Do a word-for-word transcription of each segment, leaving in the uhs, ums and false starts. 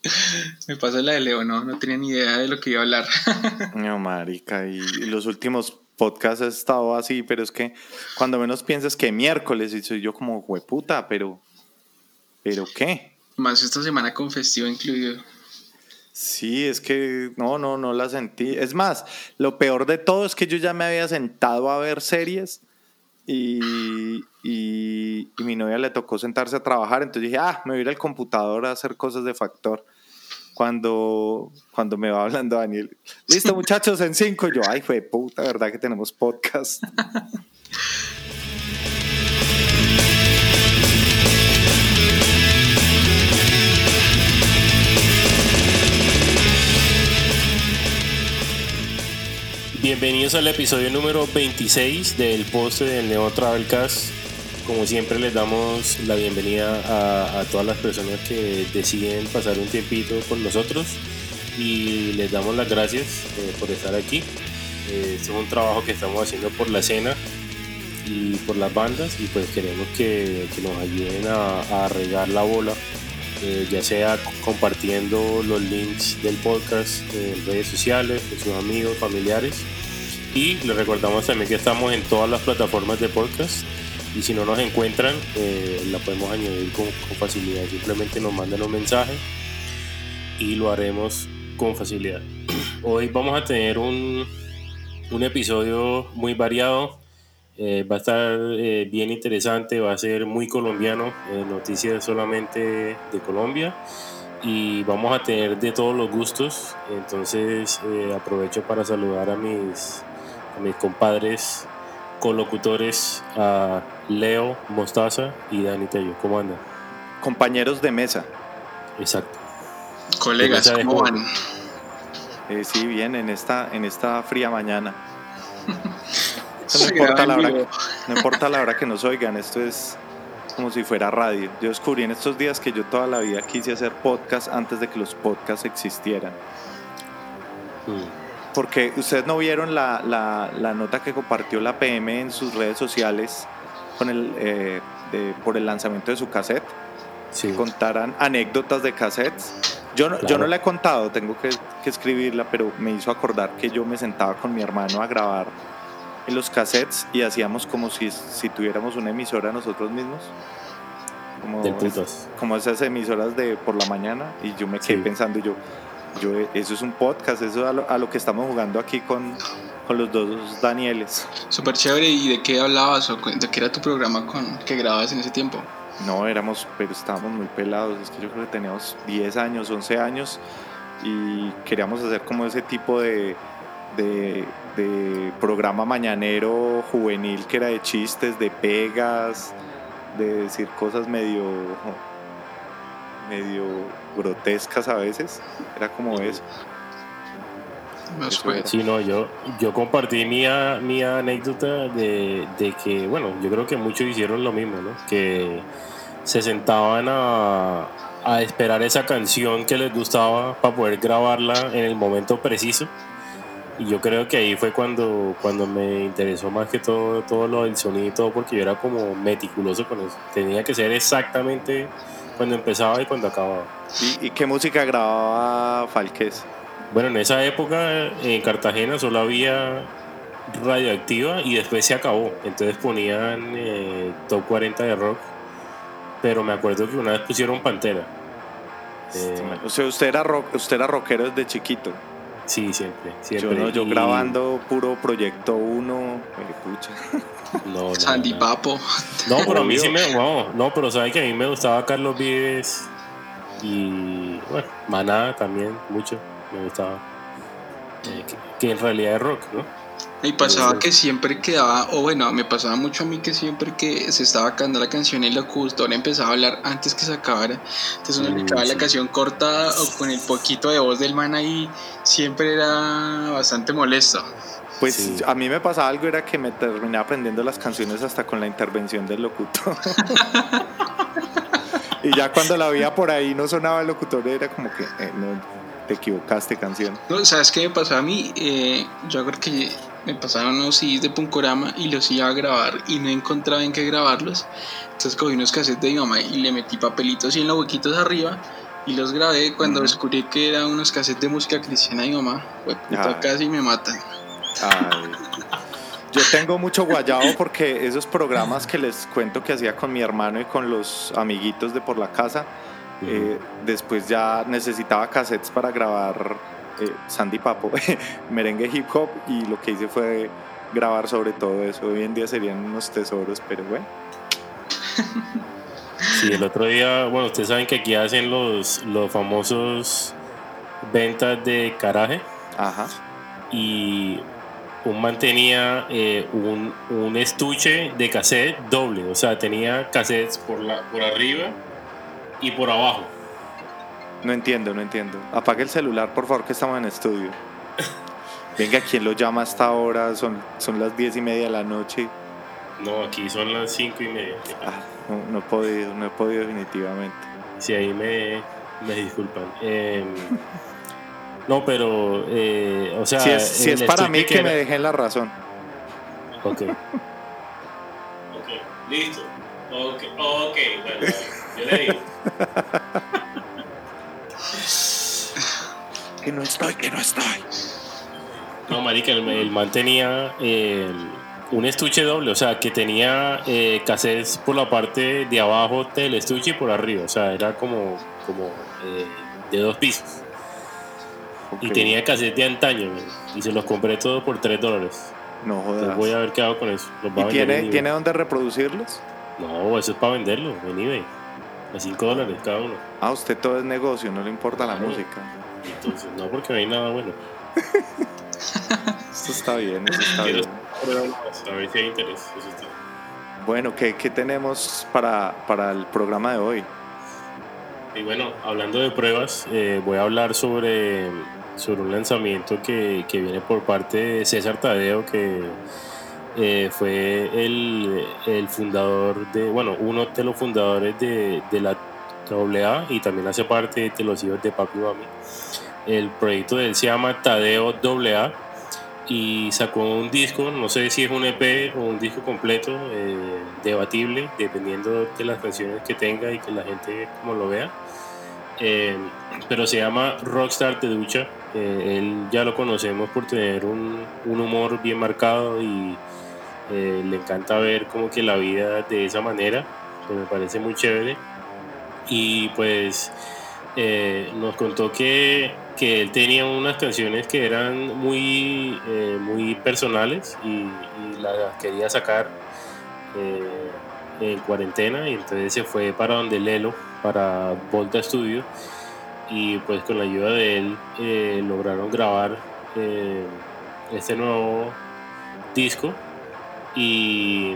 Me pasó la de Leo, no, no tenía ni idea de lo que iba a hablar. No, marica, y, y los últimos podcasts he estado así, pero es que cuando menos piensas que miércoles, y soy yo como, hueputa, pero, ¿pero qué? Más esta semana con festivo incluido. Sí, es que no, no, no la sentí. Es más, lo peor de todo es que yo ya me había sentado a ver series y, y, y mi novia le tocó sentarse a trabajar, entonces dije, ah, me voy a ir al computador a hacer cosas de Factor. Cuando, cuando me va hablando Daniel, listo muchachos, en cinco, yo, ay, fue puta, ¿verdad que tenemos podcast? Bienvenidos al episodio número veintiséis del poste del Neo Travelcast. Como siempre les damos la bienvenida a, a todas las personas que deciden pasar un tiempito con nosotros y les damos las gracias eh, por estar aquí. Eh, este es un trabajo que estamos haciendo por la escena y por las bandas y pues queremos que, que nos ayuden a, a regar la bola, eh, ya sea compartiendo los links del podcast en redes sociales, con sus amigos, familiares. Y les recordamos también que estamos en todas las plataformas de podcast. Y si no nos encuentran, eh, la podemos añadir con, con facilidad. Simplemente nos mandan un mensaje y lo haremos con facilidad. Hoy vamos a tener un, un episodio muy variado. Eh, va a estar eh, bien interesante, va a ser muy colombiano, eh, noticias solamente de Colombia. Y vamos a tener de todos los gustos. Entonces eh, aprovecho para saludar a mis, a mis compadres colocutores, a Leo Mostaza y Dani Tello. ¿Cómo andan? Compañeros de mesa. Exacto. Colegas, De ¿cómo van? Eh, sí, bien, en esta, en esta fría mañana. No importa, la hora que, no importa la hora que nos oigan, esto es como si fuera radio. Yo descubrí en estos días que yo toda la vida quise hacer podcast antes de que los podcasts existieran. Mm. Porque ustedes no vieron la, la, la nota que compartió la P M en sus redes sociales con el, eh, de, por el lanzamiento de su cassette. Sí. Que contaran anécdotas de cassettes. Yo no, claro. yo no la he contado, tengo que, que escribirla, pero me hizo acordar que yo me sentaba con mi hermano a grabar en los cassettes y hacíamos como si, si tuviéramos una emisora nosotros mismos. Como, es, como esas emisoras de por la mañana. Y yo me quedé sí. pensando, yo... Yo, eso es un podcast, eso es a lo, a lo que estamos jugando aquí con, con los dos Danieles. Súper chévere. ¿Y de qué hablabas o de qué era tu programa con que grababas en ese tiempo? No, éramos, pero estábamos muy pelados. Es que yo creo que teníamos diez años, once años y queríamos hacer como ese tipo de, de, de programa mañanero juvenil que era de chistes, de pegas, de decir cosas medio... medio grotescas a veces, era como eso. eso era. Sí, no, yo, yo compartí mi, mi anécdota de, de que, bueno, yo creo que muchos hicieron lo mismo, ¿no? Que se sentaban a, a esperar esa canción que les gustaba para poder grabarla en el momento preciso. Y yo creo que ahí fue cuando, cuando me interesó más que todo, todo lo del sonido y todo, porque yo era como meticuloso con eso. Tenía que ser exactamente cuando empezaba y cuando acababa. ¿Y, y qué música grababa Falques? Bueno, en esa época en Cartagena solo había Radioactiva y después se acabó. Entonces ponían eh, Top cuarenta de rock. Pero me acuerdo que una vez pusieron Pantera. Eh, o sea, usted era, rock, usted era rockero desde chiquito. Sí, siempre, siempre. Yo, no, yo y... grabando puro Proyecto uno, pucha. No, no, Sandy no. Papo. No, pero a mí sí me... No, no, pero sabes que a mí me gustaba Carlos Vives y, bueno, Maná también, mucho, me gustaba. Eh, que, que en realidad es rock, ¿no? Y pasaba que siempre quedaba, o bueno, me pasaba mucho a mí que siempre que se estaba acabando la canción y el locutor empezaba a hablar antes que se acabara, entonces uno le quedaba sí. la canción cortada o con el poquito de voz del man ahí, siempre era bastante molesto. Pues sí. a mí me pasaba algo, era que me terminé aprendiendo las canciones hasta con la intervención del locutor. Y ya cuando la veía por ahí no sonaba el locutor, era como que eh, no, te equivocaste, canción. No, ¿sabes qué me pasó a mí? Eh, yo creo que me pasaron unos C Ds de Punkorama y los iba a grabar y no encontraba en qué grabarlos. Entonces cogí unos cassettes de mi mamá y le metí papelitos y en los huequitos arriba Y los grabé cuando uh-huh. descubrí que eran unos cassettes de música cristiana y mi mamá. Pues puta, casi me matan. Ay. Yo tengo mucho guayabo porque esos programas que les cuento que hacía con mi hermano y con los amiguitos de por la casa, uh-huh. eh, después ya necesitaba cassettes para grabar eh, Sandy Papo, merengue hip hop, y lo que hice fue grabar sobre todo eso. Hoy en día serían unos tesoros, pero bueno. Sí, el otro día, bueno, ustedes saben que aquí hacen los, los famosos ventas de caraje. Ajá. Y un man tenía eh, un, un estuche de cassette doble, o sea, tenía cassettes por, la, por arriba y por abajo. No entiendo, no entiendo. Apague el celular, por favor, que estamos en estudio. Venga, ¿quién lo llama a esta hora? Son, son las diez y media de la noche. No, aquí son las cinco y media. Ah, no, no he podido, no he podido definitivamente. Sí, ahí me, me disculpan. Eh, no, pero, eh, o sea... Si es, si es para mí, que, que me dejen la razón. Ok. Ok, listo. Ok, ok, bueno, yo le digo. Que no estoy, que no estoy. No, marica, el, el man tenía eh, un estuche doble, o sea, que tenía eh, cassettes por la parte de abajo del estuche y por arriba, o sea, era como, como eh, de dos pisos. Okay. Y tenía cassettes de antaño, man, y se los compré todos por tres dólares. No jodas. Entonces voy a ver qué hago con eso. Los ¿Y tiene, ¿tiene dónde reproducirlos? No, eso es para venderlo en eBay. A cinco dólares cada uno. Ah, usted todo es negocio, no le importa la no, música. Entonces, no, porque no hay nada bueno. Eso está bien, eso está bien. A ver si hay interés. Eso está. Bueno, ¿qué, qué tenemos para, para el programa de hoy? Y bueno, hablando de pruebas, eh, voy a hablar sobre, sobre un lanzamiento que, que viene por parte de César Tadeo, que eh, fue el, el fundador de, bueno, uno de los fundadores de, de la doble A y también hace parte de los hijos de Papi Mami. El proyecto de él se llama Tadeo doble A y sacó un disco, no sé si es un E P o un disco completo, eh, debatible, dependiendo de las canciones que tenga y que la gente como lo vea, eh, pero se llama Rockstar de Ducha. Eh, él ya lo conocemos por tener un, un humor bien marcado y eh, le encanta ver como que la vida de esa manera, que me parece muy chévere. Y pues eh, nos contó que, que él tenía unas canciones que eran muy, eh, muy personales y, y las quería sacar eh, en cuarentena, y entonces se fue para donde Lelo, para Volta Studio, y pues con la ayuda de él eh, lograron grabar eh, este nuevo disco. Y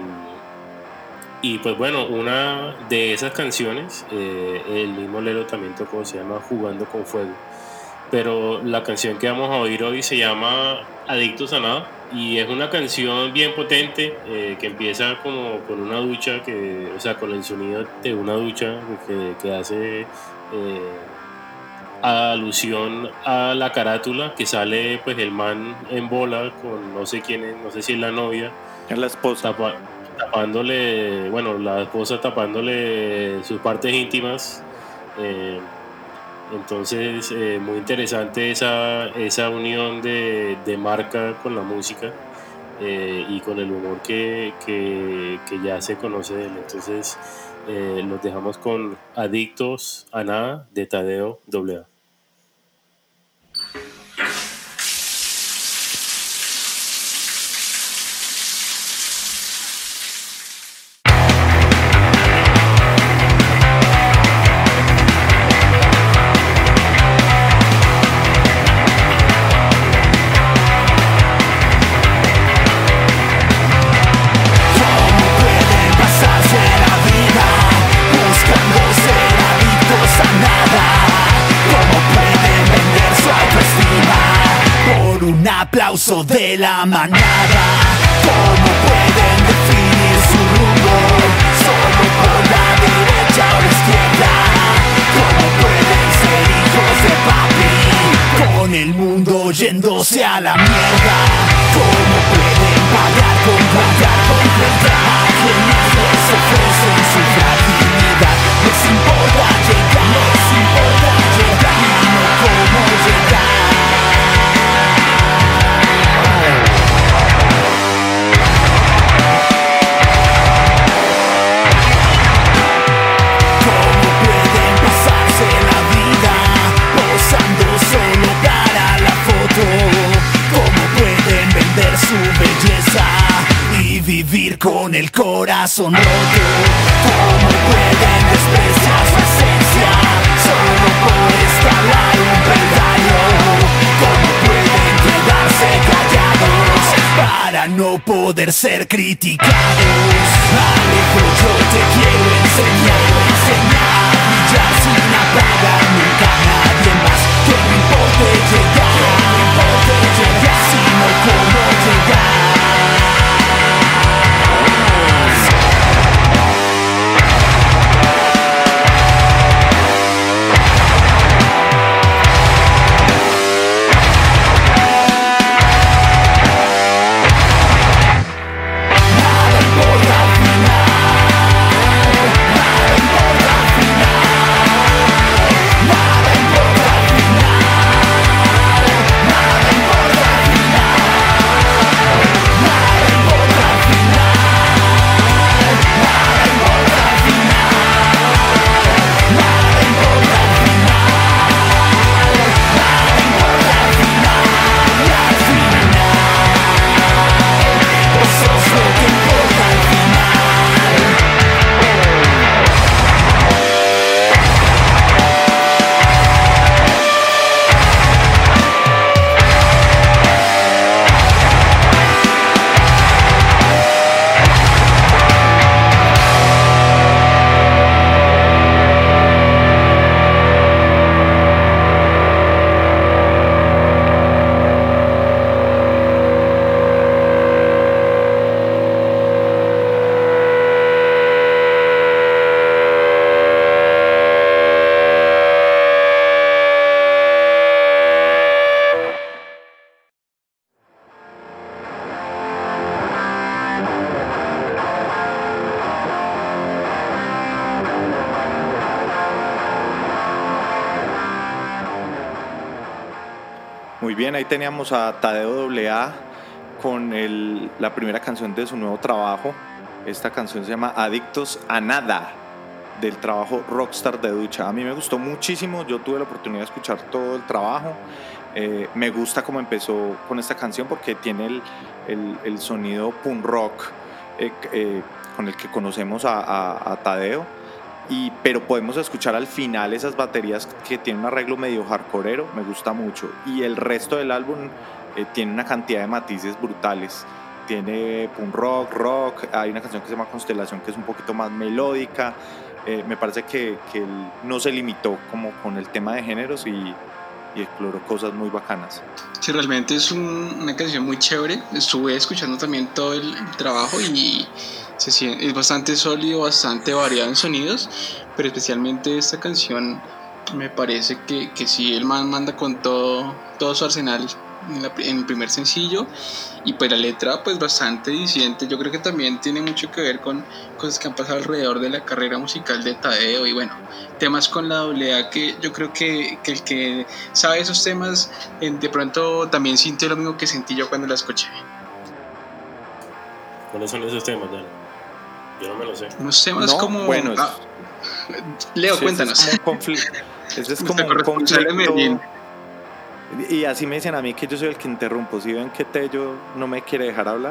Y pues bueno, una de esas canciones, eh, el mismo Lelo también tocó, se llama Jugando con Fuego. Pero la canción que vamos a oír hoy se llama Adictos a Nada, y es una canción bien potente, eh, que empieza como con una ducha, que, o sea, con el sonido de una ducha que, que hace eh, alusión a la carátula, que sale pues el man en bola con no sé quién es, no sé si es la novia. Es la esposa. Tapa, tapándole, bueno, la esposa tapándole sus partes íntimas. Eh, entonces, eh, muy interesante esa, esa unión de, de marca con la música eh, y con el humor que, que, que ya se conoce de él. Entonces, eh, los dejamos con Adictos a Nada de Tadeo doble A. Aplauso de la manada. ¿Cómo pueden definir su rumbo? Solo por la derecha o la izquierda. ¿Cómo pueden ser hijos de papi? Con el mundo yéndose a la mierda. ¿Cómo pueden pagar con pagar con verdad? A quienes les ofrecen su fragilidad. Les importa llegar, les importa el corazón roto. ¿Cómo pueden despreciar su esencia solo por escalar un peldaño? ¿Cómo pueden quedarse callados para no poder ser criticados? Alejo, yo te quiero enseñar, enseñar a brillar sin apagar nunca a nadie más. Que no importe llegar, que no importe llegar, sino cómo llegar. Muy bien, ahí teníamos a Tadeo doble A con el, la primera canción de su nuevo trabajo. Esta canción se llama Adictos a Nada, del trabajo Rockstar de Ducha. A mí me gustó muchísimo, yo tuve la oportunidad de escuchar todo el trabajo. Eh, me gusta cómo empezó con esta canción porque tiene el, el, el sonido punk rock eh, eh, con el que conocemos a, a, a Tadeo. Y, pero podemos escuchar al final esas baterías que tienen un arreglo medio hardcoreero, me gusta mucho. Y el resto del álbum eh, tiene una cantidad de matices brutales. Tiene punk rock, rock, hay una canción que se llama Constelación que es un poquito más melódica. Eh, me parece que, que él no se limitó como con el tema de géneros y, y exploró cosas muy bacanas. Sí, realmente es un, una canción muy chévere. Estuve escuchando también todo el, el trabajo y se siente, es bastante sólido, bastante variado en sonidos, pero especialmente esta canción me parece que, que sí, el man manda con todo, todo su arsenal en, la, en el primer sencillo, y pues la letra pues bastante disidente. Yo creo que también tiene mucho que ver con cosas que han pasado alrededor de la carrera musical de Tadeo y bueno, temas con la doble A que yo creo que, que el que sabe esos temas de pronto también sintió lo mismo que sentí yo cuando la escuché. ¿Cuáles son esos temas, Dan? Yo no me lo sé. Unos temas no, como... Bueno, ah, Leo, sí, cuéntanos. Ese es como un conflicto. Ese es como un conflicto. Y así me dicen a mí que yo soy el que interrumpo. Si ven que Tello no me quiere dejar hablar.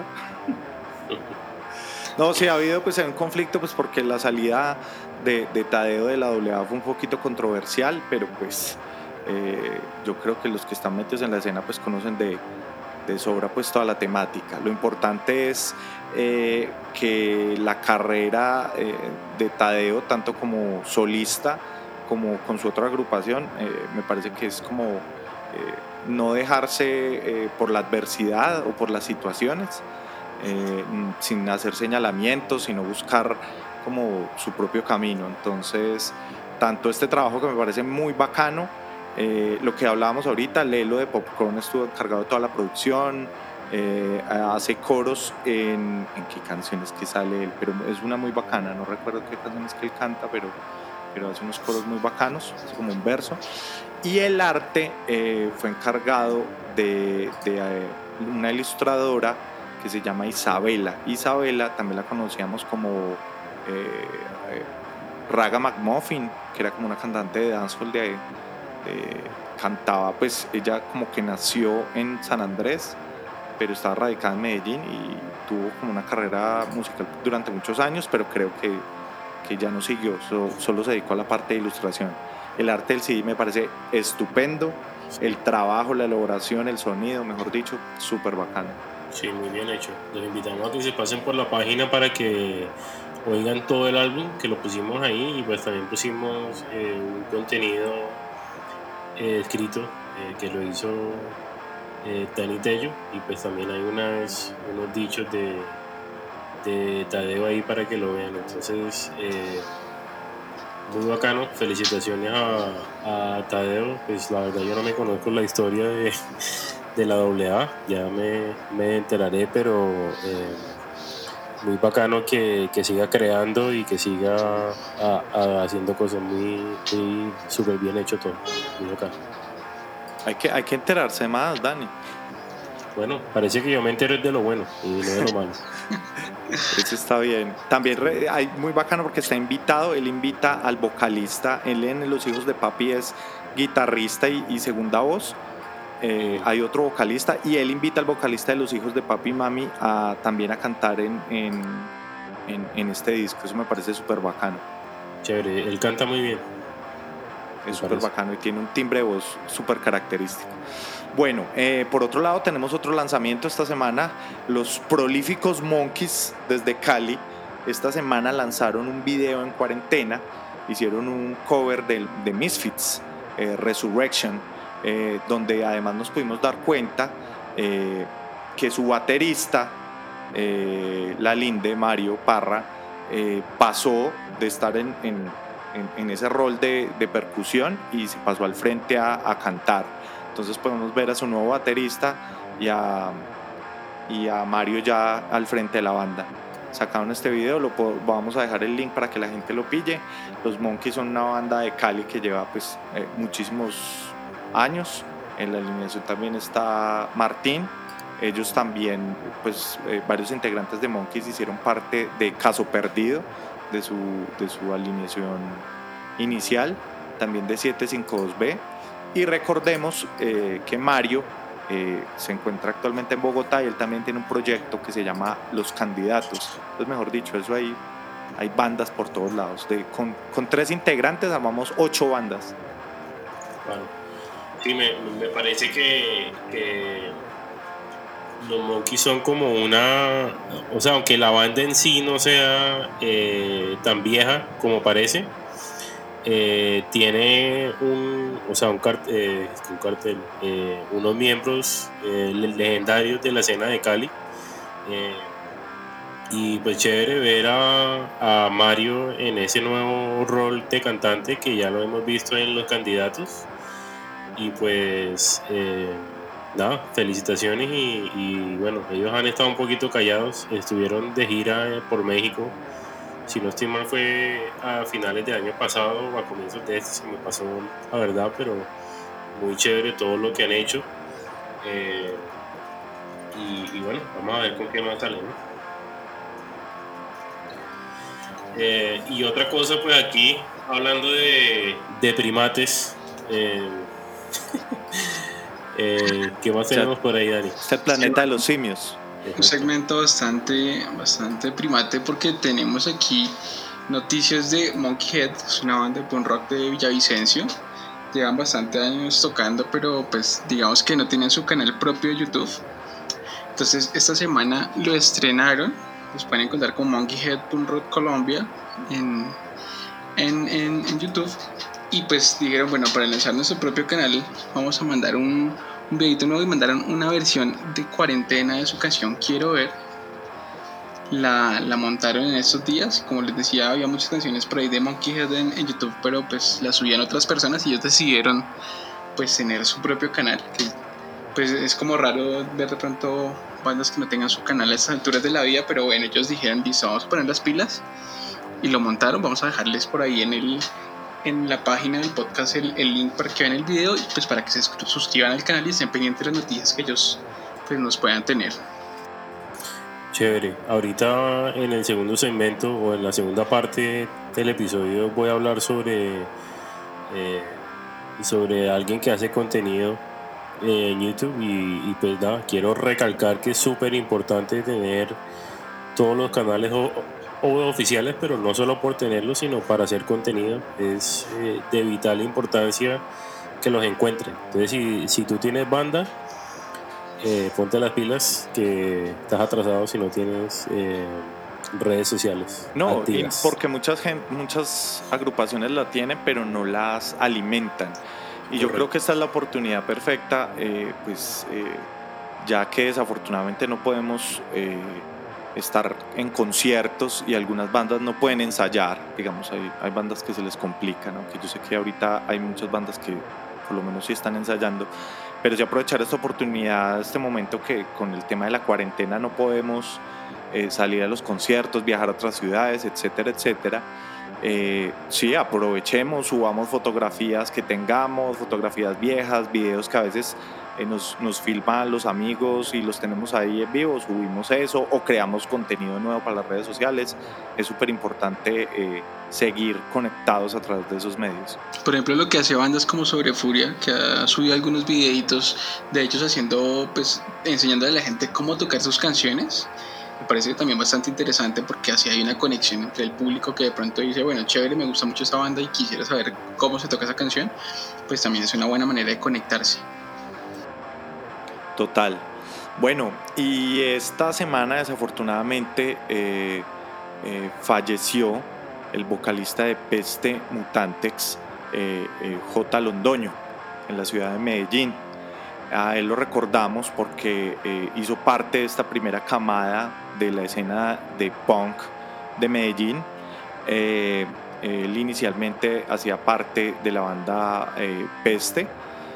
No, sí ha habido pues un conflicto pues porque la salida de, de Tadeo de la doble A fue un poquito controversial, pero pues eh, yo creo que los que están metidos en la escena pues conocen de, de sobra pues toda la temática. Lo importante es eh, que la carrera eh, de Tadeo, tanto como solista como con su otra agrupación, eh, me parece que es como eh, no dejarse eh, por la adversidad o por las situaciones, eh, sin hacer señalamientos, sino buscar como su propio camino. Entonces, tanto este trabajo que me parece muy bacano, eh, lo que hablábamos ahorita, Lelo de Popcorn estuvo encargado de toda la producción, eh, hace coros en, en qué canciones que sale él, pero es una muy bacana, no recuerdo qué canciones que él canta, pero, pero hace unos coros muy bacanos, es como un verso. Y el arte eh, fue encargado de, de eh, una ilustradora que se llama Isabela. Isabela también la conocíamos como eh, eh, Raga McMuffin, que era como una cantante de dancehall de, de cantaba, pues ella como que nació en San Andrés, pero estaba radicada en Medellín y tuvo como una carrera musical durante muchos años, pero creo que, que ya no siguió, so, solo se dedicó a la parte de ilustración. El arte del C D me parece estupendo, el trabajo, la elaboración, el sonido, mejor dicho, súper bacano. Sí, muy bien hecho. Los invitamos a que se pasen por la página para que oigan todo el álbum, que lo pusimos ahí, y pues también pusimos eh, un contenido eh, escrito eh, que lo hizo eh, Dani Tello, y pues también hay unas, unos dichos de, de Tadeo ahí para que lo vean. Entonces, eh, muy bacano. Felicitaciones a, a Tadeo. Pues la verdad yo no me conozco la historia de, de la doble A, ya me, me enteraré, pero eh, muy bacano que, que siga creando y que siga a, a, haciendo cosas muy, muy súper bien hecho todo. Muy bacano. Hay que, hay que enterarse más, Dani. Bueno, parece que yo me entero de lo bueno y no de lo malo. Eso está bien. También re, hay muy bacano porque está invitado, él invita al vocalista, él en Los Hijos de Papi es guitarrista y, y segunda voz. Eh, hay otro vocalista y él invita al vocalista de Los Hijos de Papi y Mami a, también a cantar en, en, en, en este disco. Eso me parece súper bacano. Chévere, él canta muy bien. Es súper bacano y tiene un timbre de voz súper característico. Bueno, eh, por otro lado tenemos otro lanzamiento esta semana. Los prolíficos Monkeys desde Cali esta semana lanzaron un video en cuarentena. Hicieron un cover de, de Misfits, eh, Resurrection, eh, donde además nos pudimos dar cuenta eh, que su baterista, eh, la Linde, Mario Parra, eh, pasó de estar en, en, en, en ese rol de, de percusión y se pasó al frente a, a cantar. Entonces podemos ver a su nuevo baterista y a, y a Mario ya al frente de la banda. Sacaron este video, lo puedo, vamos a dejar el link para que la gente lo pille. Los Monkeys son una banda de Cali que lleva pues eh, muchísimos años. En la alineación también está Martín. Ellos también, pues eh, varios integrantes de Monkeys hicieron parte de Caso Perdido, de su, de su alineación inicial, también de setecientos cincuenta y dos B. Y recordemos eh, que Mario eh, se encuentra actualmente en Bogotá y él también tiene un proyecto que se llama Los Candidatos. Entonces, mejor dicho, eso ahí hay bandas por todos lados. De, con, con tres integrantes armamos ocho bandas. Bueno, sí, me, me parece que, que los Monkeys son como una... O sea, aunque la banda en sí no sea eh, tan vieja como parece, Eh, tiene un, o sea, un, cart, eh, un cartel, eh, unos miembros eh, legendarios de la escena de Cali, eh, y pues chévere ver a, a Mario en ese nuevo rol de cantante que ya lo hemos visto en Los Candidatos, y pues eh, nada, felicitaciones y, y bueno, ellos han estado un poquito callados, estuvieron de gira por México. Si no estoy mal fue a finales del año pasado o a comienzos de este, se me pasó la verdad, pero muy chévere todo lo que han hecho. Eh, y, y bueno, vamos a ver con qué más salen, ¿no? Eh, y otra cosa, pues aquí, hablando de, de primates, eh, eh, ¿qué más tenemos por ahí, Dani? Es el planeta de los simios. Un segmento bastante, bastante primate porque tenemos aquí noticias de Monkeyhead, es una banda de punk rock de Villavicencio. Llevan bastante años tocando, pero pues digamos que no tienen su canal propio de YouTube. Entonces esta semana lo estrenaron, los pueden encontrar con Monkeyhead Punk Rock Colombia en, en, en, en YouTube. Y pues dijeron, bueno, para lanzar nuestro propio canal vamos a mandar un... un videito nuevo y mandaron una versión de cuarentena de su canción Quiero Ver. La, la montaron en estos días. Como les decía, había muchas canciones por ahí de Monkeyhead en, en YouTube, pero pues las subían otras personas y ellos decidieron pues tener su propio canal, que pues es como raro ver de pronto bandas que no tengan su canal a estas alturas de la vida, pero bueno, ellos dijeron, listo, vamos a poner las pilas y lo montaron. Vamos a dejarles por ahí en el en la página del podcast el, el link para que vean el video y pues para que se suscriban al canal y estén pendientes de las noticias que ellos pues nos puedan tener. Chévere. Ahorita en el segundo segmento o en la segunda parte del episodio voy a hablar sobre eh, sobre alguien que hace contenido eh, en YouTube y, y pues nada, quiero recalcar que es súper importante tener todos los canales o, o oficiales, pero no solo por tenerlos, sino para hacer contenido. Es eh, de vital importancia que los encuentren. Entonces, si, si tú tienes banda, eh, ponte las pilas, que estás atrasado si no tienes eh, redes sociales no, activas. Porque muchas, muchas agrupaciones la tienen, pero no las alimentan. Y yo creo que esta es la oportunidad perfecta, eh, pues eh, ya que desafortunadamente no podemos eh, estar en conciertos y algunas bandas no pueden ensayar, digamos, hay, hay bandas que se les complica, ¿no? Que yo sé que ahorita hay muchas bandas que por lo menos sí están ensayando, pero sí aprovechar esta oportunidad, este momento que con el tema de la cuarentena no podemos eh, salir a los conciertos, viajar a otras ciudades, etcétera, etcétera. Eh, sí, aprovechemos, subamos fotografías que tengamos, fotografías viejas, videos que a veces eh, nos, nos filman los amigos y los tenemos ahí en vivo, subimos eso o creamos contenido nuevo para las redes sociales. Es súper importante eh, seguir conectados a través de esos medios. Por ejemplo, lo que hace bandas como Sobre Furia, que ha subido algunos videitos de ellos haciendo, pues, enseñándole a la gente cómo tocar sus canciones. Me parece también bastante interesante porque así hay una conexión entre el público que de pronto dice, bueno, chévere, me gusta mucho esta banda y quisiera saber cómo se toca esa canción, pues también es una buena manera de conectarse. Total. Bueno, y esta semana desafortunadamente eh, eh, falleció el vocalista de Peste Mutantex, eh, eh, J. Londoño, en la ciudad de Medellín. A él lo recordamos porque eh, hizo parte de esta primera camada de la escena de punk de Medellín. Eh, él inicialmente hacía parte de la banda eh, Peste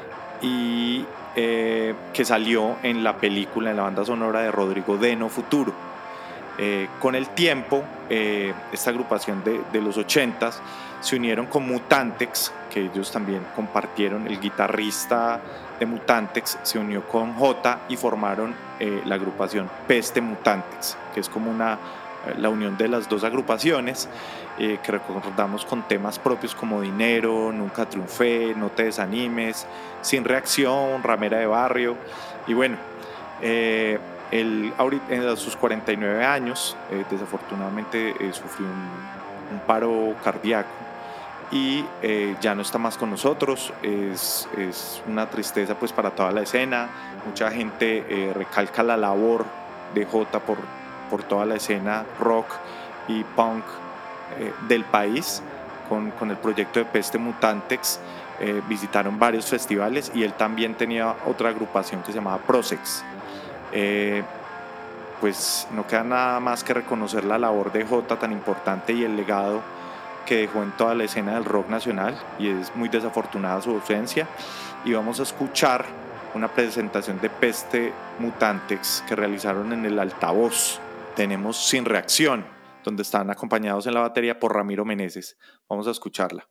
y eh, que salió en la película, en la banda sonora de Rodrigo Deno Futuro. Eh, con el tiempo, eh, esta agrupación de, de los ochentas se unieron con Mutantex, que ellos también compartieron. El guitarrista de Mutantex se unió con J y formaron eh, la agrupación Peste Mutantex, que es como una, eh, la unión de las dos agrupaciones, eh, que recordamos con temas propios como Dinero, Nunca Triunfé, No Te Desanimes, Sin Reacción, Ramera de Barrio. Y bueno, eh, él a sus cuarenta y nueve años eh, desafortunadamente eh, sufrió un, un paro cardíaco y eh, ya no está más con nosotros. Es, es una tristeza pues para toda la escena. Mucha gente eh, recalca la labor de J por, por toda la escena rock y punk eh, del país. Con, con el proyecto de Peste Mutantex eh, visitaron varios festivales y él también tenía otra agrupación que se llamaba Prosex. Eh, pues no queda nada más que reconocer la labor de J tan importante y el legado que dejó en toda la escena del rock nacional, y es muy desafortunada su ausencia. Y vamos a escuchar una presentación de Peste Mutantex que realizaron en el Altavoz. Tenemos Sin Reacción, donde están acompañados en la batería por Ramiro Meneses. Vamos a escucharla.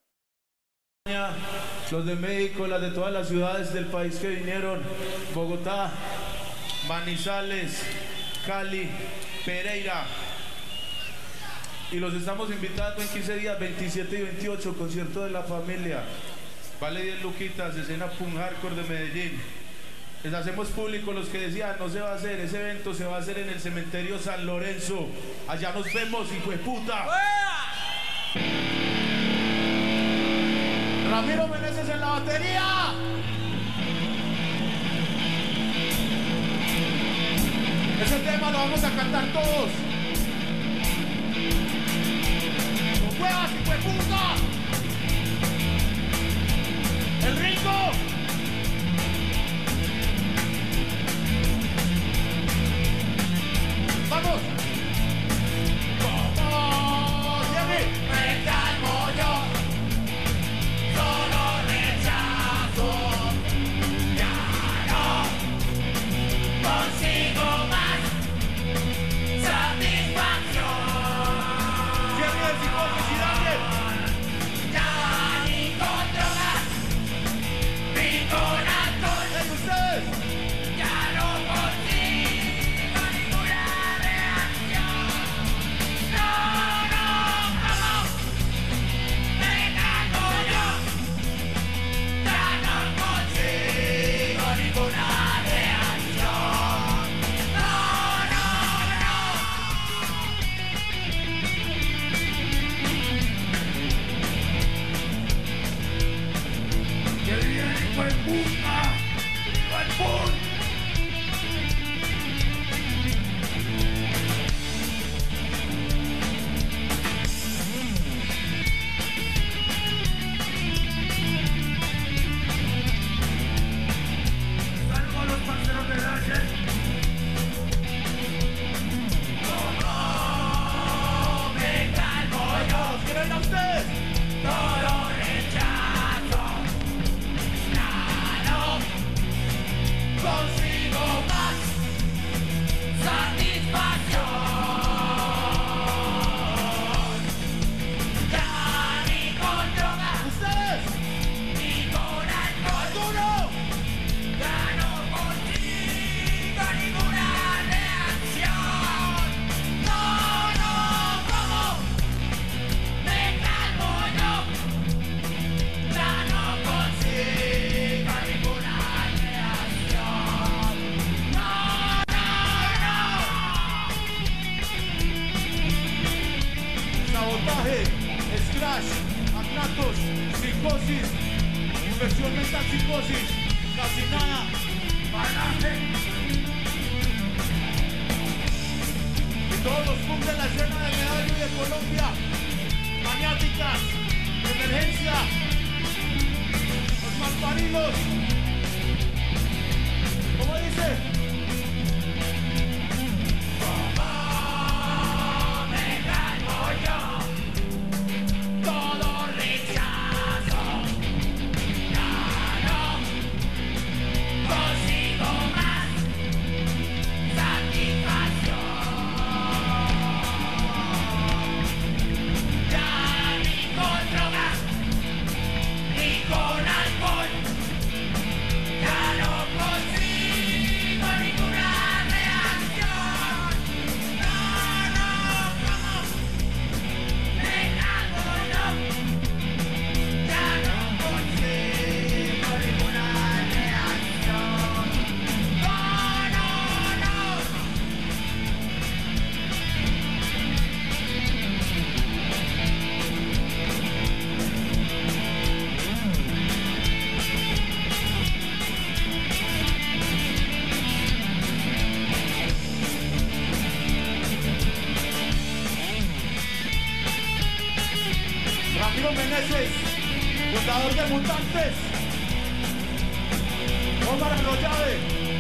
Los de México, las de todas las ciudades del país que vinieron: Bogotá, Manizales, Cali, Pereira. Y los estamos invitando en quince días, veintisiete y veintiocho, concierto de la familia. Vale diez luquitas, escena punk hardcore de Medellín. Les hacemos público los que decían no se va a hacer, ese evento se va a hacer en el cementerio San Lorenzo. Allá nos vemos, hijo de puta. Ramiro Meneses en la batería. Ese tema lo vamos a cantar todos. ¡No huevas, hijo de puta! ¡El Ringo! ¡Vamos! ¡Vamos! ¡Jerry! Me calmo yo, solo rechazo. Ya no consigo más satisfacción. ¡Jerry, el psicólogo y Daniel! Ya ni con drogas tanta psicosis, casi nada, balance. Y todos los puntos de la escena de Medallo y de Colombia, maniáticas, emergencia, los malparidos. ¿Cómo dice? Fundador de Mutantes, Omar Arroyave,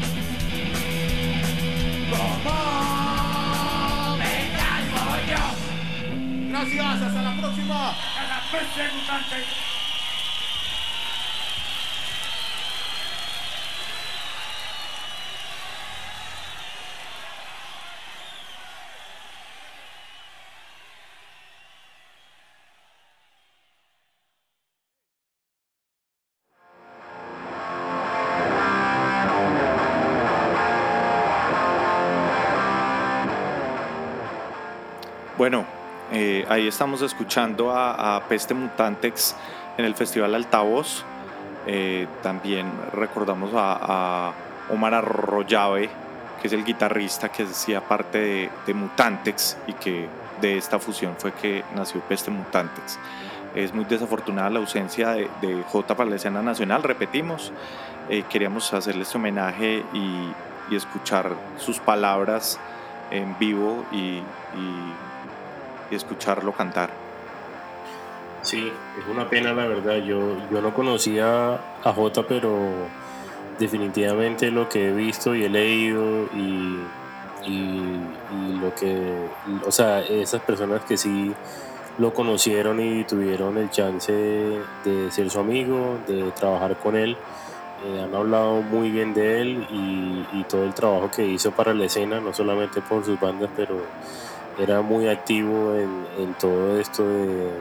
¿cómo me calmo yo? Gracias, hasta la próxima. Hasta la próxima, Mutantes. Bueno, eh, ahí estamos escuchando a, a Peste Mutantex en el Festival Altavoz. Eh, también recordamos a, a Omar Arroyave, que es el guitarrista que hacía parte de, de Mutantex y que de esta fusión fue que nació Peste Mutantex. Es muy desafortunada la ausencia de, de J para la escena nacional, repetimos. Eh, queríamos hacerle este homenaje y, y escuchar sus palabras en vivo y, y y escucharlo cantar. Sí, es una pena la verdad. Yo, yo no conocía a Jota, pero definitivamente lo que he visto y he leído y, y, y lo que, o sea, esas personas que sí lo conocieron y tuvieron el chance de ser su amigo, de trabajar con él, eh, han hablado muy bien de él y, y todo el trabajo que hizo para la escena, no solamente por sus bandas, pero era muy activo en, en todo esto de,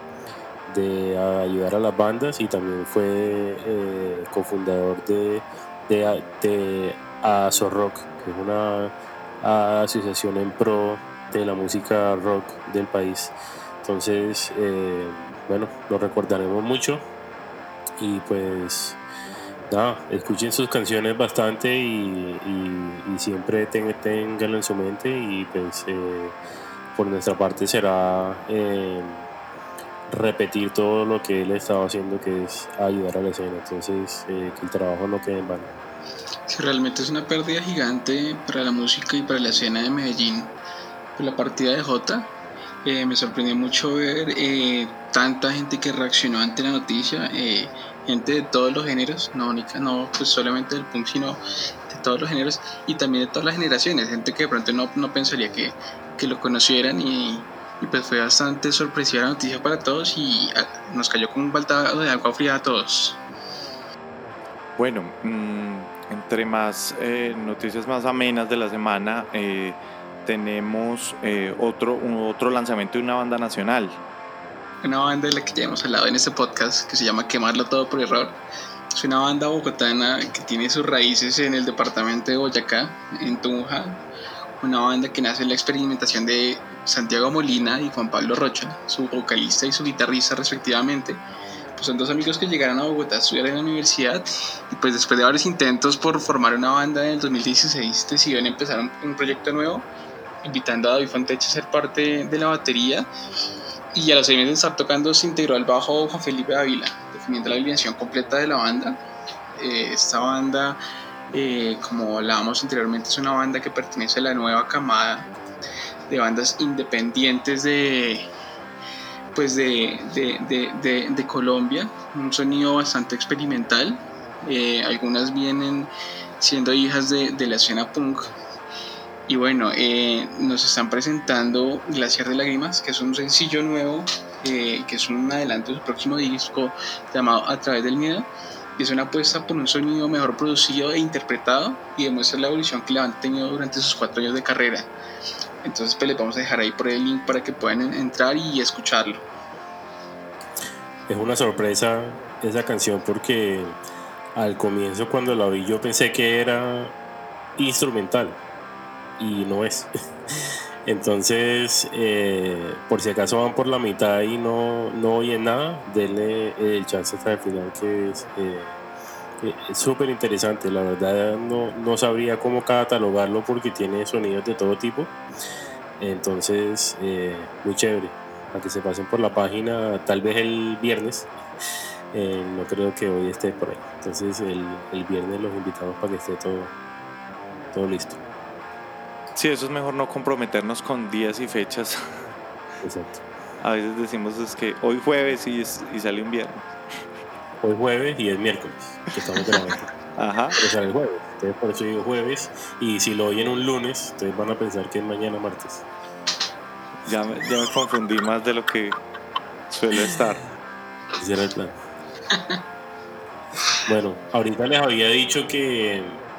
de ayudar a las bandas y también fue eh, cofundador de, de, de Aso Rock, que es una asociación en pro de la música rock del país. Entonces, eh, bueno, lo recordaremos mucho y pues nada, escuchen sus canciones bastante y, y, y siempre ten, tenganlo en su mente y pues eh, por nuestra parte será eh, repetir todo lo que él estaba haciendo, que es ayudar a la escena. Entonces eh, que el trabajo no quede en vano. Sí, realmente es una pérdida gigante para la música y para la escena de Medellín por la partida de Jota. Eh, me sorprendió mucho ver eh, tanta gente que reaccionó ante la noticia, eh, gente de todos los géneros, no, no pues solamente del punk, sino de todos los géneros y también de todas las generaciones, gente que de pronto no, no pensaría que, que lo conocieran y, y pues fue bastante sorpresiva la noticia para todos y a, nos cayó como un baldado de agua fría a todos. Bueno, mmm, entre más eh, noticias más amenas de la semana, eh, tenemos eh, otro, un, otro lanzamiento de una banda nacional. Una banda de la que ya hemos hablado en este podcast que se llama Quemarlo Todo por Error. Es una banda bogotana que tiene sus raíces en el departamento de Boyacá, en Tunja. Una banda que nace en la experimentación de Santiago Molina y Juan Pablo Rocha, su vocalista y su guitarrista respectivamente. Pues son dos amigos que llegaron a Bogotá a estudiar en la universidad y pues después de varios intentos por formar una banda en el dos mil dieciséis decidieron empezar un, un proyecto nuevo, invitando a David Fontecha a ser parte de la batería y a los seis meses de estar tocando se integró al bajo Juan Felipe Ávila. definiendo la alineación completa de la banda. Eh, esta banda, eh, como hablábamos anteriormente, es una banda que pertenece a la nueva camada de bandas independientes de, pues de, de, de, de, de Colombia, un sonido bastante experimental. Eh, algunas vienen siendo hijas de, de la escena punk. Y bueno, eh, nos están presentando Glaciar de Lágrimas, que es un sencillo nuevo, eh, que es un adelanto de su próximo disco llamado A Través del Miedo. Y es una apuesta por un sonido mejor producido e interpretado, y demuestra la evolución que le han tenido durante sus cuatro años de carrera. Entonces pues les vamos a dejar ahí por el link para que puedan entrar y escucharlo. Es una sorpresa esa canción porque al comienzo cuando la oí yo pensé que era instrumental y no es. Entonces eh, por si acaso van por la mitad y no, no oyen nada, denle el chance hasta el final, que es eh, es súper interesante. La verdad no, no sabría cómo catalogarlo porque tiene sonidos de todo tipo. Entonces eh, muy chévere, para que se pasen por la página tal vez el viernes. Eh, no creo que hoy esté por ahí, entonces el, el viernes los invitamos para que esté todo, todo listo. Sí, eso es mejor no comprometernos con días y fechas. Exacto. A veces decimos es que hoy jueves y, es, y sale un viernes. Hoy jueves y es miércoles, que estamos grabando. Ajá. Pero sale el jueves, entonces por eso digo jueves, y si lo oyen un lunes, entonces van a pensar que es mañana martes. Ya me, ya me confundí más de lo que suele estar. Ese era el plan. Bueno, ahorita les había dicho que,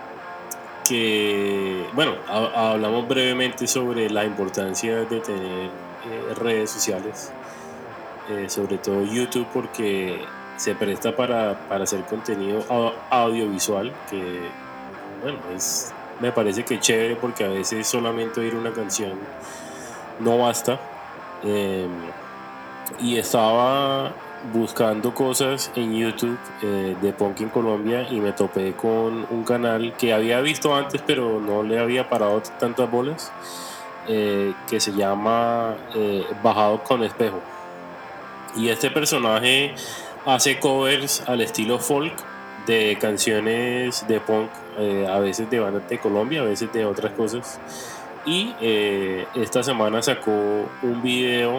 que bueno, ha, hablamos brevemente sobre la importancia de tener eh, redes sociales, eh, sobre todo YouTube, porque se presta para, para hacer contenido audiovisual, que bueno, es, me parece que chévere, porque a veces solamente oír una canción no basta. Eh, y estaba buscando cosas en YouTube eh, de punk en Colombia y me topé con un canal que había visto antes pero no le había parado tantas bolas, eh, que se llama eh, Bajado con Espejo, y este personaje hace covers al estilo folk de canciones de punk, eh, a veces de bandas de Colombia, a veces de otras cosas. Y eh, esta semana sacó un video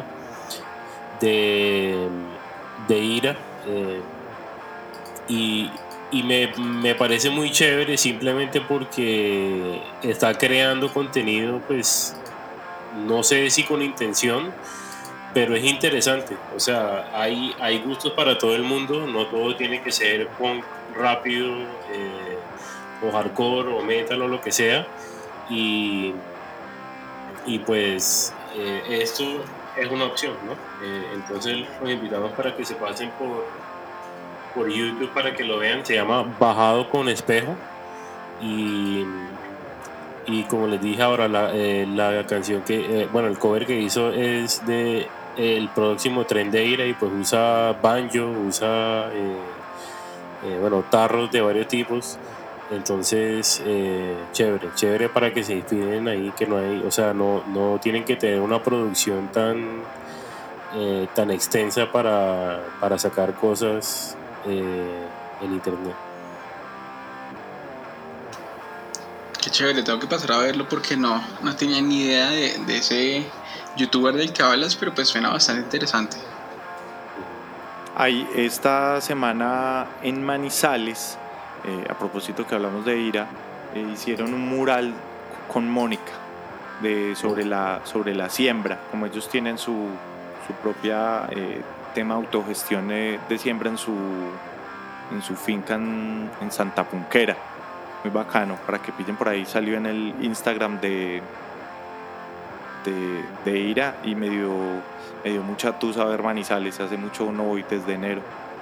de, de Ira, eh, y, y me, me parece muy chévere simplemente porque está creando contenido, pues no sé si con intención, pero es interesante. O sea, hay, hay gustos para todo el mundo, no todo tiene que ser punk rápido, eh, o hardcore o metal o lo que sea, y, y pues eh, esto es una opción, ¿no? Eh, entonces los invitamos para que se pasen por, por YouTube para que lo vean. Se llama Bajado con Espejo, y, y como les dije ahora, la, eh, la canción que, eh, bueno, el cover que hizo es de el próximo Tren de Ira, y pues usa banjo, usa eh, eh, bueno, tarros de varios tipos. Entonces eh, chévere, chévere para que se inspiren ahí, que no hay, o sea, no, no tienen que tener una producción tan eh, tan extensa para, para sacar cosas eh, en internet. Qué chévere, tengo que pasar a verlo porque no, no tenía ni idea de, de ese youtuber del que hablas, pero pues suena bastante interesante. Ahí esta semana en Manizales, eh, a propósito que hablamos de Ira, eh, hicieron un mural con Mónica de, sobre, la, sobre la siembra, como ellos tienen su, su propia eh, tema autogestión de, de siembra en su, en su finca en, en Santa Punquera. Muy bacano, para que pillen por ahí. Salió en el Instagram de, de, de Ira, y me dio, me dio mucha tusa ver Manizales. Hace mucho no voy, desde enero.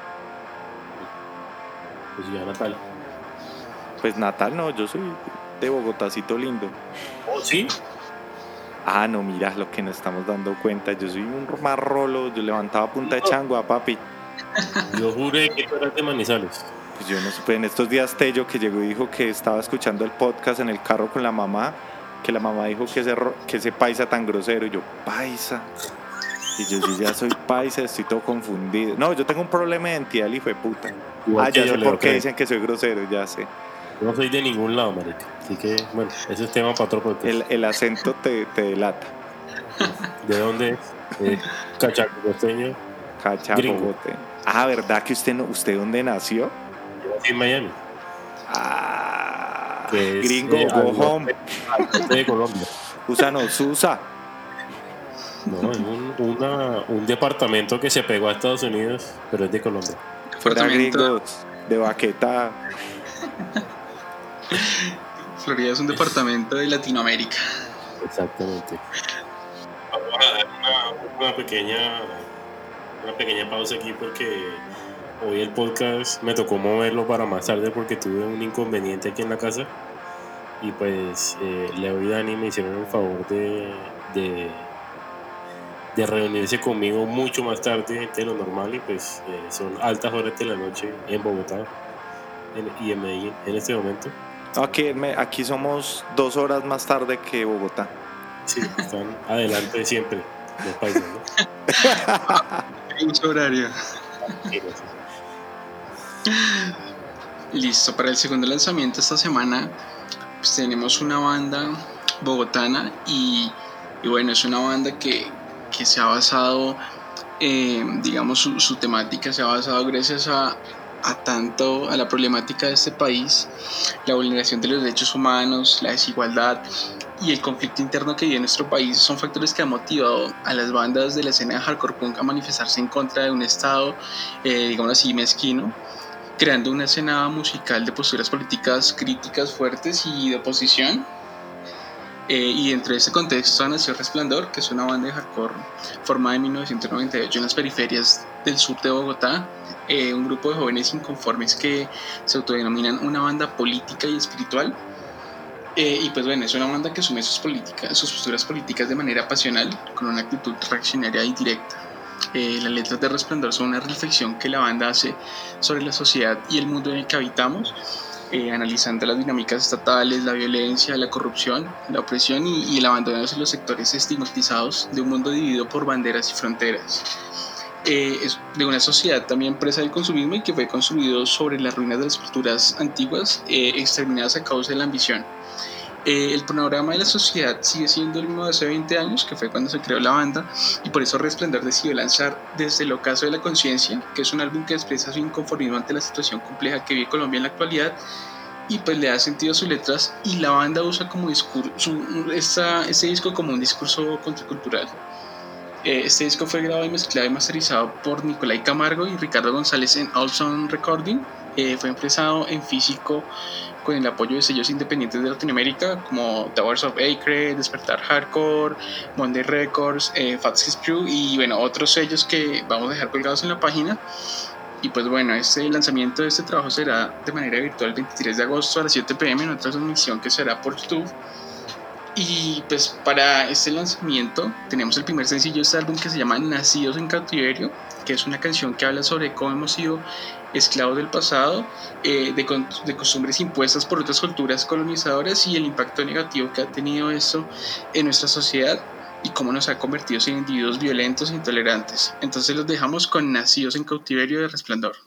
Pues ya Natal. Pues Natal no, yo soy de Bogotacito lindo. ¿Oh, sí? Ah, no, mira lo que nos estamos dando cuenta. Yo soy un más rolo, yo levantaba punta de changua, papi. Yo juré que tú eras de Manizales. Pues yo no supe. En estos días Tello, que llegó y dijo que estaba escuchando el podcast en el carro con la mamá, que la mamá dijo que ese, que ese paisa tan grosero. Y yo, paisa. Y yo, yo ya soy paisa, estoy todo confundido. No, yo tengo un problema de identidad, el hijo de puta. Igual Ah, que ya yo, sé Leo, por qué creo. dicen que soy grosero, ya sé. Yo no soy de ningún lado, marica. Así que, bueno, ese es tema para otro podcast. El, el acento te, te delata. ¿De dónde es? Eh, Cachaco, costeño. Cacha, Gringo. Bogote. Ah, ¿verdad que usted no, usted dónde nació? Yo nací en Miami. Ah, Que es, gringo, eh, go al home. norte- al norte de Colombia. Usa no, Susa. No, es un, una, un departamento que se pegó a Estados Unidos, pero es de Colombia. Fuera Apartamento. gringos, de baqueta. Florida es un departamento de Latinoamérica. Exactamente. Vamos a dar una, una pequeña una pequeña pausa aquí porque hoy el podcast me tocó moverlo para más tarde porque tuve un inconveniente aquí en la casa y pues eh, Leo y Dani me hicieron el favor de, de, de reunirse conmigo mucho más tarde de lo normal y pues eh, son altas horas de la noche en Bogotá en, y en Medellín en este momento. Aquí, me- aquí somos dos horas más tarde que Bogotá. Sí, están adelante siempre los países, ¿no? Hay mucho horario. Sí, no sé. Listo, para el segundo lanzamiento esta semana pues tenemos una banda bogotana y, y bueno, es una banda que, que se ha basado, eh, digamos, su, su temática se ha basado gracias a, a tanto a la problemática de este país, la vulneración de los derechos humanos, la desigualdad y el conflicto interno que vive nuestro país son factores que han motivado a las bandas de la escena de hardcore punk a manifestarse en contra de un estado, eh, digamos así, mezquino, creando una escena musical de posturas políticas críticas fuertes y de oposición. Eh, y dentro de este contexto nació Resplandor, que es una banda de hardcore formada en mil novecientos noventa y ocho en las periferias del sur de Bogotá, eh, un grupo de jóvenes inconformes que se autodenominan una banda política y espiritual. Eh, y pues bueno, es una banda que asume sus, políticas, sus posturas políticas de manera pasional, con una actitud reaccionaria y directa. Eh, las letras de Resplandor son una reflexión que la banda hace sobre la sociedad y el mundo en el que habitamos, eh, analizando las dinámicas estatales, la violencia, la corrupción, la opresión y, y el abandono de los sectores estigmatizados de un mundo dividido por banderas y fronteras. Eh, es de una sociedad también presa del consumismo y que fue construido sobre las ruinas de las culturas antiguas, eh, exterminadas a causa de la ambición. Eh, el panorama de la sociedad sigue siendo el mismo de hace veinte años, que fue cuando se creó la banda, y por eso Resplandor decidió lanzar Desde el ocaso de la conciencia, que es un álbum que expresa su inconformismo ante la situación compleja que vive Colombia en la actualidad, y pues le da sentido a sus letras, y la banda usa como discurso, esta, este disco como un discurso contracultural. Eh, este disco fue grabado y mezclado y masterizado por Nicolai Camargo y Ricardo González en All Sound Recording. Eh, fue impresado en físico con el apoyo de sellos independientes de Latinoamérica como Towers of Acre, Despertar Hardcore, Monday Records, eh, Fat Six Crew y bueno, otros sellos que vamos a dejar colgados en la página. Y pues bueno, este lanzamiento de este trabajo será de manera virtual el veintitrés de agosto a las siete p m en otra transmisión que será por YouTube. Y pues para este lanzamiento tenemos el primer sencillo de este álbum que se llama Nacidos en Cautiverio, que es una canción que habla sobre cómo hemos sido esclavos del pasado, eh, de, con, de costumbres impuestas por otras culturas colonizadoras y el impacto negativo que ha tenido esto en nuestra sociedad y cómo nos ha convertido en individuos violentos e intolerantes. Entonces los dejamos con Nacidos en Cautiverio de Resplandor.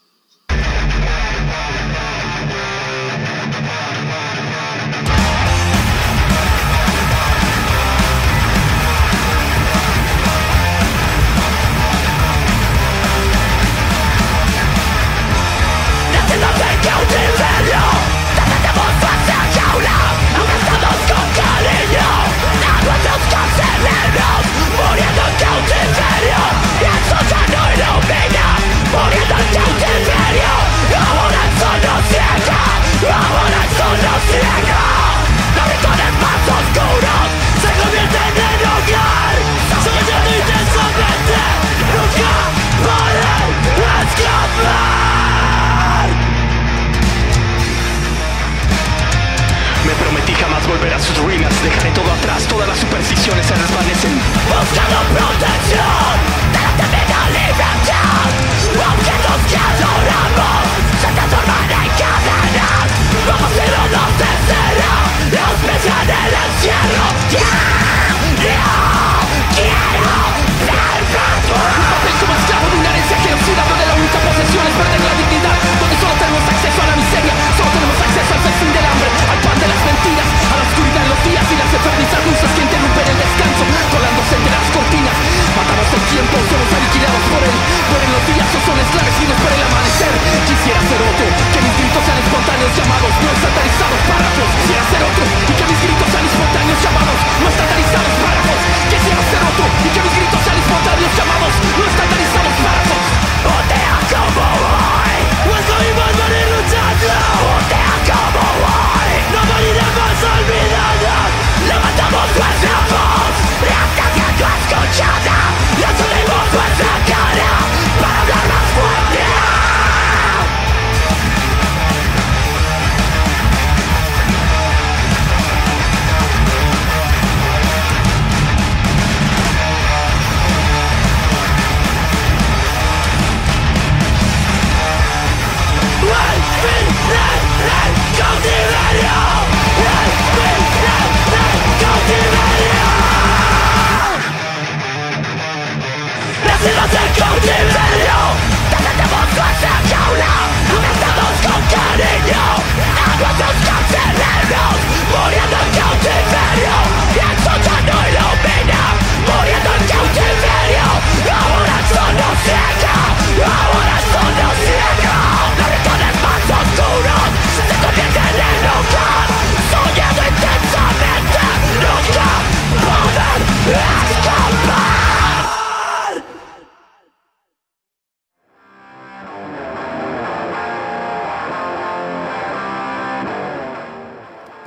Muriendo en cautiverio, y eso ya no ilumina. Muriendo en cautiverio, ahora el sol nos ciega, ahora el sol nos ciega. Los rincones más oscuros se convierten en hogar, soñando intensamente, nunca poder escapar. Me prometí jamás volver a sus ruinas, dejaré todo atrás, todas las supersticiones se desvanecen. Buscando protección de la temida libertad, objetos que adoramos se transforman en cadenas, como si no nos desea, nos presiona el encierro. Ya no quiero ver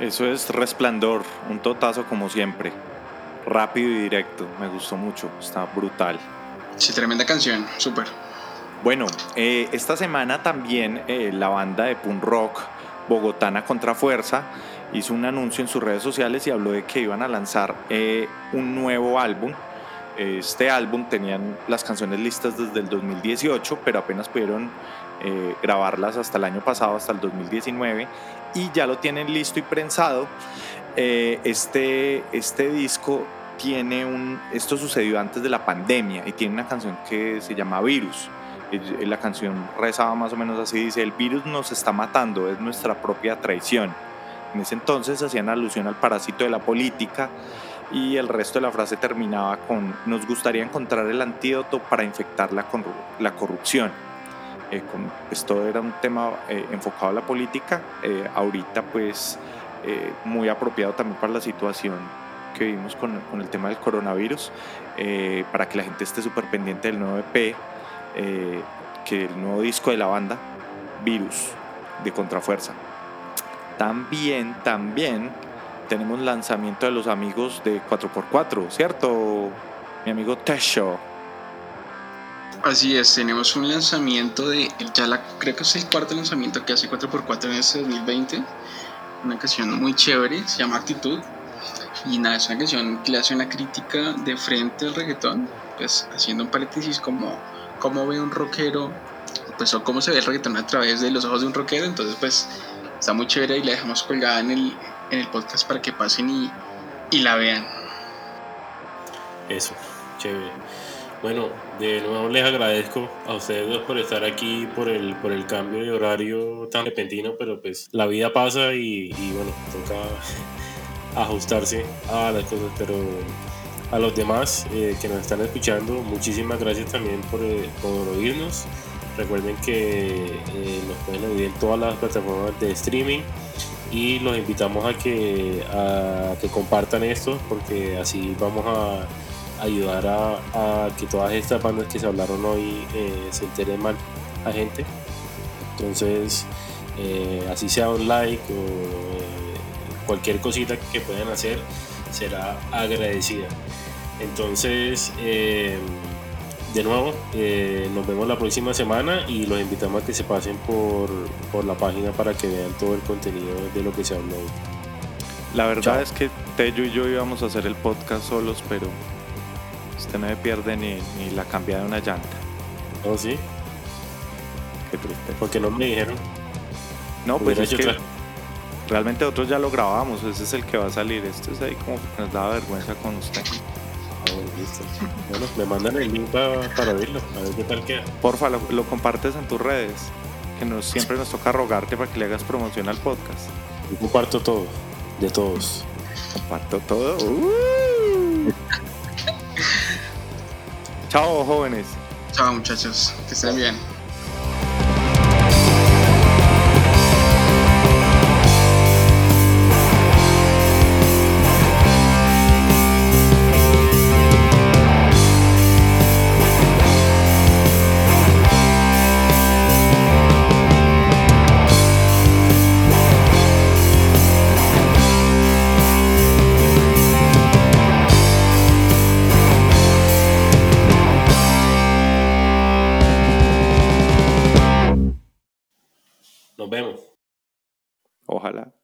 Eso es Resplandor, un totazo como siempre. Rápido y directo, me gustó mucho, está brutal. Sí, tremenda canción, súper. Bueno, eh, esta semana también eh, la banda de punk rock bogotana Contrafuerza hizo un anuncio en sus redes sociales y habló de que iban a lanzar eh, un nuevo álbum. Este álbum tenían las canciones listas desde el dos mil dieciocho, pero apenas pudieron eh, grabarlas hasta el año pasado, hasta el dos mil diecinueve, y ya lo tienen listo y prensado. Eh, este, este disco tiene un... Esto sucedió antes de la pandemia y tiene una canción que se llama Virus. La canción rezaba más o menos así, dice: el virus nos está matando, es nuestra propia traición. En ese entonces hacían alusión al parásito de la política y el resto de la frase terminaba con: nos gustaría encontrar el antídoto para infectar la, corru- la corrupción. Eh, con, pues todo era un tema eh, enfocado a la política, eh, ahorita pues eh, muy apropiado también para la situación que vivimos con, con el tema del coronavirus, eh, para que la gente esté súper pendiente del nuevo E P, eh, que el nuevo disco de la banda, Virus, de Contrafuerza. También, también tenemos lanzamiento de los amigos de cuatro por cuatro, ¿cierto? Mi amigo Tesho. Así es, tenemos un lanzamiento de, ya la, creo que es el cuarto lanzamiento que hace cuatro por cuatro en este dos mil veinte. Una canción muy chévere, se llama Actitud. Y nada, es una canción que le hace una crítica de frente al reggaetón, pues haciendo un paréntesis como cómo ve un rockero, pues o cómo se ve el reggaetón a través de los ojos de un rockero. Entonces pues está muy chévere y la dejamos colgada en el, en el podcast para que pasen y, y la vean. Eso, chévere. Bueno, de nuevo les agradezco a ustedes dos por estar aquí, por el, por el cambio de horario tan repentino, pero pues la vida pasa y, y bueno, toca ajustarse a las cosas. Pero a los demás eh, que nos están escuchando, muchísimas gracias también por, eh, por oírnos. Recuerden que eh, nos pueden oír en todas las plataformas de streaming y los invitamos a que, a que compartan esto, porque así vamos a ayudar a, a que todas estas bandas que se hablaron hoy eh, se enteren más a gente. Entonces eh, así sea un like o eh, cualquier cosita que puedan hacer será agradecida. Entonces eh, de nuevo eh, nos vemos la próxima semana y los invitamos a que se pasen por, por la página para que vean todo el contenido de lo que se habló hoy. La verdad Chao. Es que Tello y yo íbamos a hacer el podcast solos, pero usted no me pierde ni, ni la cambiada de una llanta. ¿Oh, sí? Qué triste. Porque no me dijeron. No, pues Hubiera es hecho que otra. realmente nosotros ya lo grabamos, ese es el que va a salir. Esto es ahí como que nos da vergüenza con usted. Oh, listo. Bueno, me mandan el link para, para oírlo, a ver qué tal queda. Porfa, lo, lo compartes en tus redes, que nos, siempre nos toca rogarte para que le hagas promoción al podcast. Yo comparto todo, de todos. Comparto todo. Uh. Chao, jóvenes. Chao muchachos, que estén bien. Nos vemos. Ojalá.